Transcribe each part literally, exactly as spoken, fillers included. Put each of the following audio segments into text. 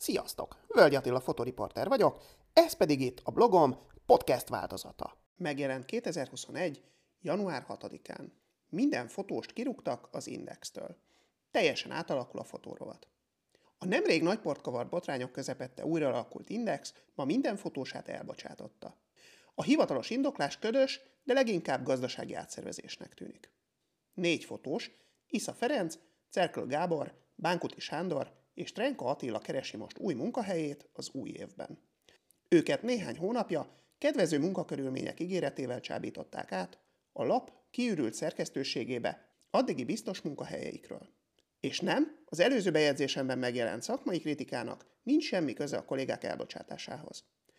Sziasztok! Völgy Attila fotoriporter vagyok, ez pedig itt a blogom podcast változata. Megjelent kétezer-huszonegy. január hatodikán. Minden fotóst kirúgtak az Indextől. Teljesen átalakul a fotórovat. A nemrég nagyport kavart botrányok közepette újra alakult Index ma minden fotósát elbocsátotta. A hivatalos indoklás ködös, de leginkább gazdasági átszervezésnek tűnik. Négy fotós, Isza Ferenc, Cerköl Gábor, Bánkuti Sándor és Trenka Attila keresi most új munkahelyét az új évben. Őket néhány hónapja kedvező munkakörülmények ígéretével csábították át a lap kiürült szerkesztőségébe addigi biztos munkahelyeikről. És nem, az előző bejegyzésemben megjelent szakmai kritikának nincs semmi köze a kollégák elbocsátásához.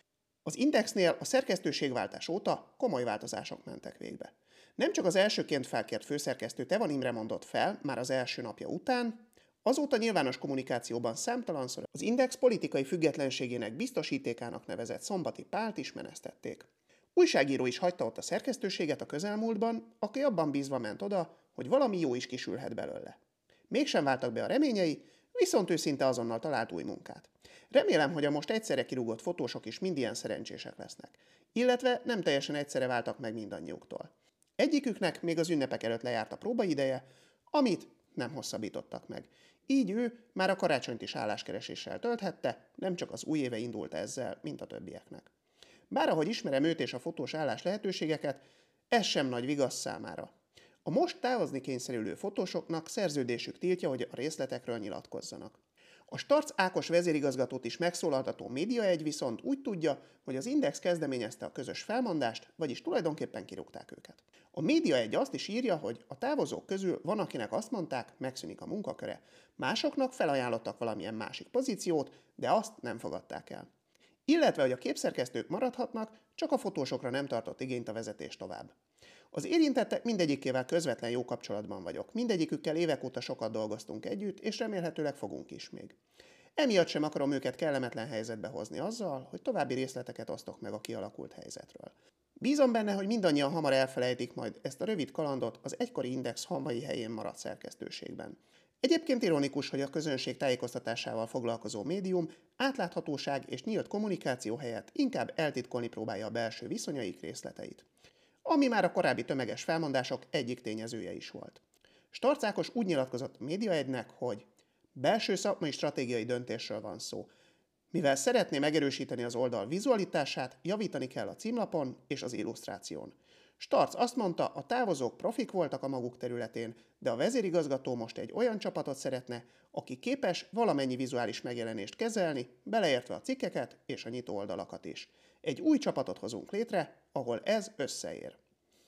Az Indexnél a szerkesztőségváltás óta komoly változások mentek végbe. Nem csak az elsőként felkért főszerkesztő Tevan Imre mondott fel már az első napja után, azóta nyilvános kommunikációban számtalanszor az Index politikai függetlenségének biztosítékának nevezett Szombati Pált is menesztették. Újságíró is hagyta ott a szerkesztőséget a közelmúltban, aki abban bízva ment oda, hogy valami jó is kisülhet belőle. Mégsem váltak be a reményei, viszont ő szinte azonnal talált új munkát. Remélem, hogy a most egyszerre kirúgott fotósok is mind ilyen szerencsések lesznek, illetve nem teljesen egyszerre váltak meg mindannyiuktól. Egyiküknek még az ünnepek előtt lejárt a próbaideje, amit nem hosszabbítottak meg. Így ő már a karácsonyt is álláskereséssel tölthette, nem csak az új éve indult ezzel, mint a többieknek. Bár ahogy ismerem őt és a fotós állás lehetőségeket, ez sem nagy vigasz számára. A most távozni kényszerülő fotósoknak szerződésük tiltja, hogy a részletekről nyilatkozzanak. A Starc Ákos vezérigazgatót is megszólaltató Médiaegy viszont úgy tudja, hogy az Index kezdeményezte a közös felmondást, vagyis tulajdonképpen kirúgták őket. A Médiaegy azt is írja, hogy a távozók közül van, akinek azt mondták, megszűnik a munkaköre, másoknak felajánlottak valamilyen másik pozíciót, de azt nem fogadták el. Illetve, hogy a képszerkesztők maradhatnak, csak a fotósokra nem tartott igényt a vezetés tovább. Az érintettek mindegyikével közvetlen jó kapcsolatban vagyok. Mindegyikükkel évek óta sokat dolgoztunk együtt, és remélhetőleg fogunk is még. Emiatt sem akarom őket kellemetlen helyzetbe hozni azzal, hogy további részleteket osztok meg a kialakult helyzetről. Bízom benne, hogy mindannyian hamar elfelejtik majd ezt a rövid kalandot az egykori Index hamvai helyén maradt szerkesztőségben. Egyébként ironikus, hogy a közönség tájékoztatásával foglalkozó médium átláthatóság és nyílt kommunikáció helyett inkább eltitkolni próbálja a belső viszonyaik részleteit. Ami már a korábbi tömeges felmondások egyik tényezője is volt. Starc Ákos úgy nyilatkozott a Médiaegynek, hogy belső szakmai stratégiai döntésről van szó. Mivel szeretné megerősíteni az oldal vizualitását, javítani kell a címlapon és az illusztráción. Starc azt mondta, a távozók profik voltak a maguk területén, de a vezérigazgató most egy olyan csapatot szeretne, aki képes valamennyi vizuális megjelenést kezelni, beleértve a cikkeket és a nyitó oldalakat is. Egy új csapatot hozunk létre, ahol ez összeér.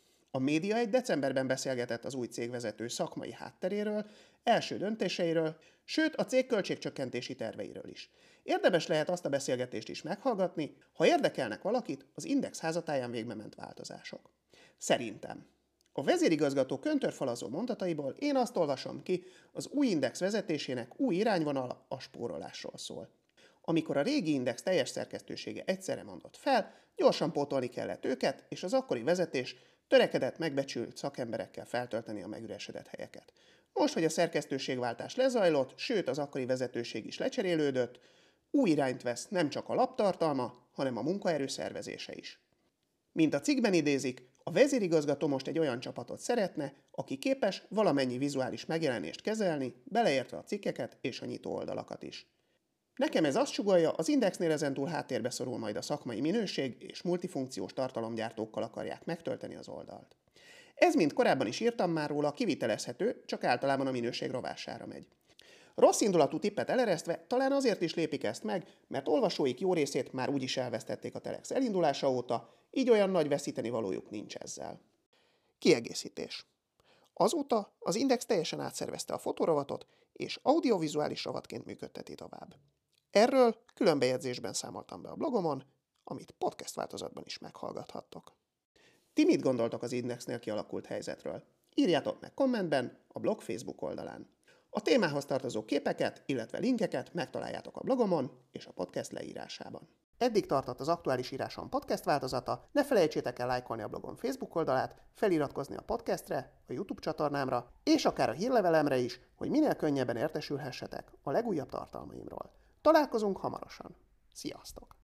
A Médiaegy decemberben beszélgetett az új cégvezető szakmai hátteréről, első döntéseiről, sőt a cég költségcsökkentési terveiről is. Érdemes lehet azt a beszélgetést is meghallgatni, ha érdekelnek valakit az Index házatáján végbe-ment változások. Szerintem. A vezérigazgató köntörfalazó mondataiból én azt olvasom ki, az új Index vezetésének új irányvonala a spórolásról szól. Amikor a régi Index teljes szerkesztősége egyszerre mondott fel, gyorsan pótolni kellett őket, és az akkori vezetés törekedett megbecsült szakemberekkel feltölteni a megüresedett helyeket. Most, hogy a szerkesztőségváltás lezajlott, sőt az akkori vezetőség is lecserélődött, új irányt vesz nem csak a lap tartalma, hanem a munkaerő szervezése is. Mint a cikkben idézik, a vezérigazgató most egy olyan csapatot szeretne, aki képes valamennyi vizuális megjelenést kezelni, beleértve a cikkeket és a nyitó oldalakat is. Nekem ez azt sugallja, az Indexnél ezentúl háttérbe szorul majd a szakmai minőség, és multifunkciós tartalomgyártókkal akarják megtölteni az oldalt. Ez, mint korábban is írtam már róla, kivitelezhető, csak általában a minőség rovására megy. Rossz indulatú tippet eleresztve talán azért is lépik ezt meg, mert olvasóik jó részét már úgyis elvesztették a Telex elindulása óta, így olyan nagy veszíteni valójuk nincs ezzel. Kiegészítés. Azóta az Index teljesen átszervezte a fotórovatot, és audiovizuális rovatként működteti tovább. Erről külön bejegyzésben számoltam be a blogomon, amit podcast változatban is meghallgathattok. Ti mit gondoltok az Indexnél kialakult helyzetről? Írjátok meg kommentben a blog Facebook oldalán. A témához tartozó képeket, illetve linkeket megtaláljátok a blogomon és a podcast leírásában. Eddig tartott az aktuális írásom podcast változata, ne felejtsétek el lájkolni a blogom Facebook oldalát, feliratkozni a podcastre, a YouTube csatornámra, és akár a hírlevelemre is, hogy minél könnyebben értesülhessetek a legújabb tartalmaimról. Találkozunk hamarosan. Sziasztok!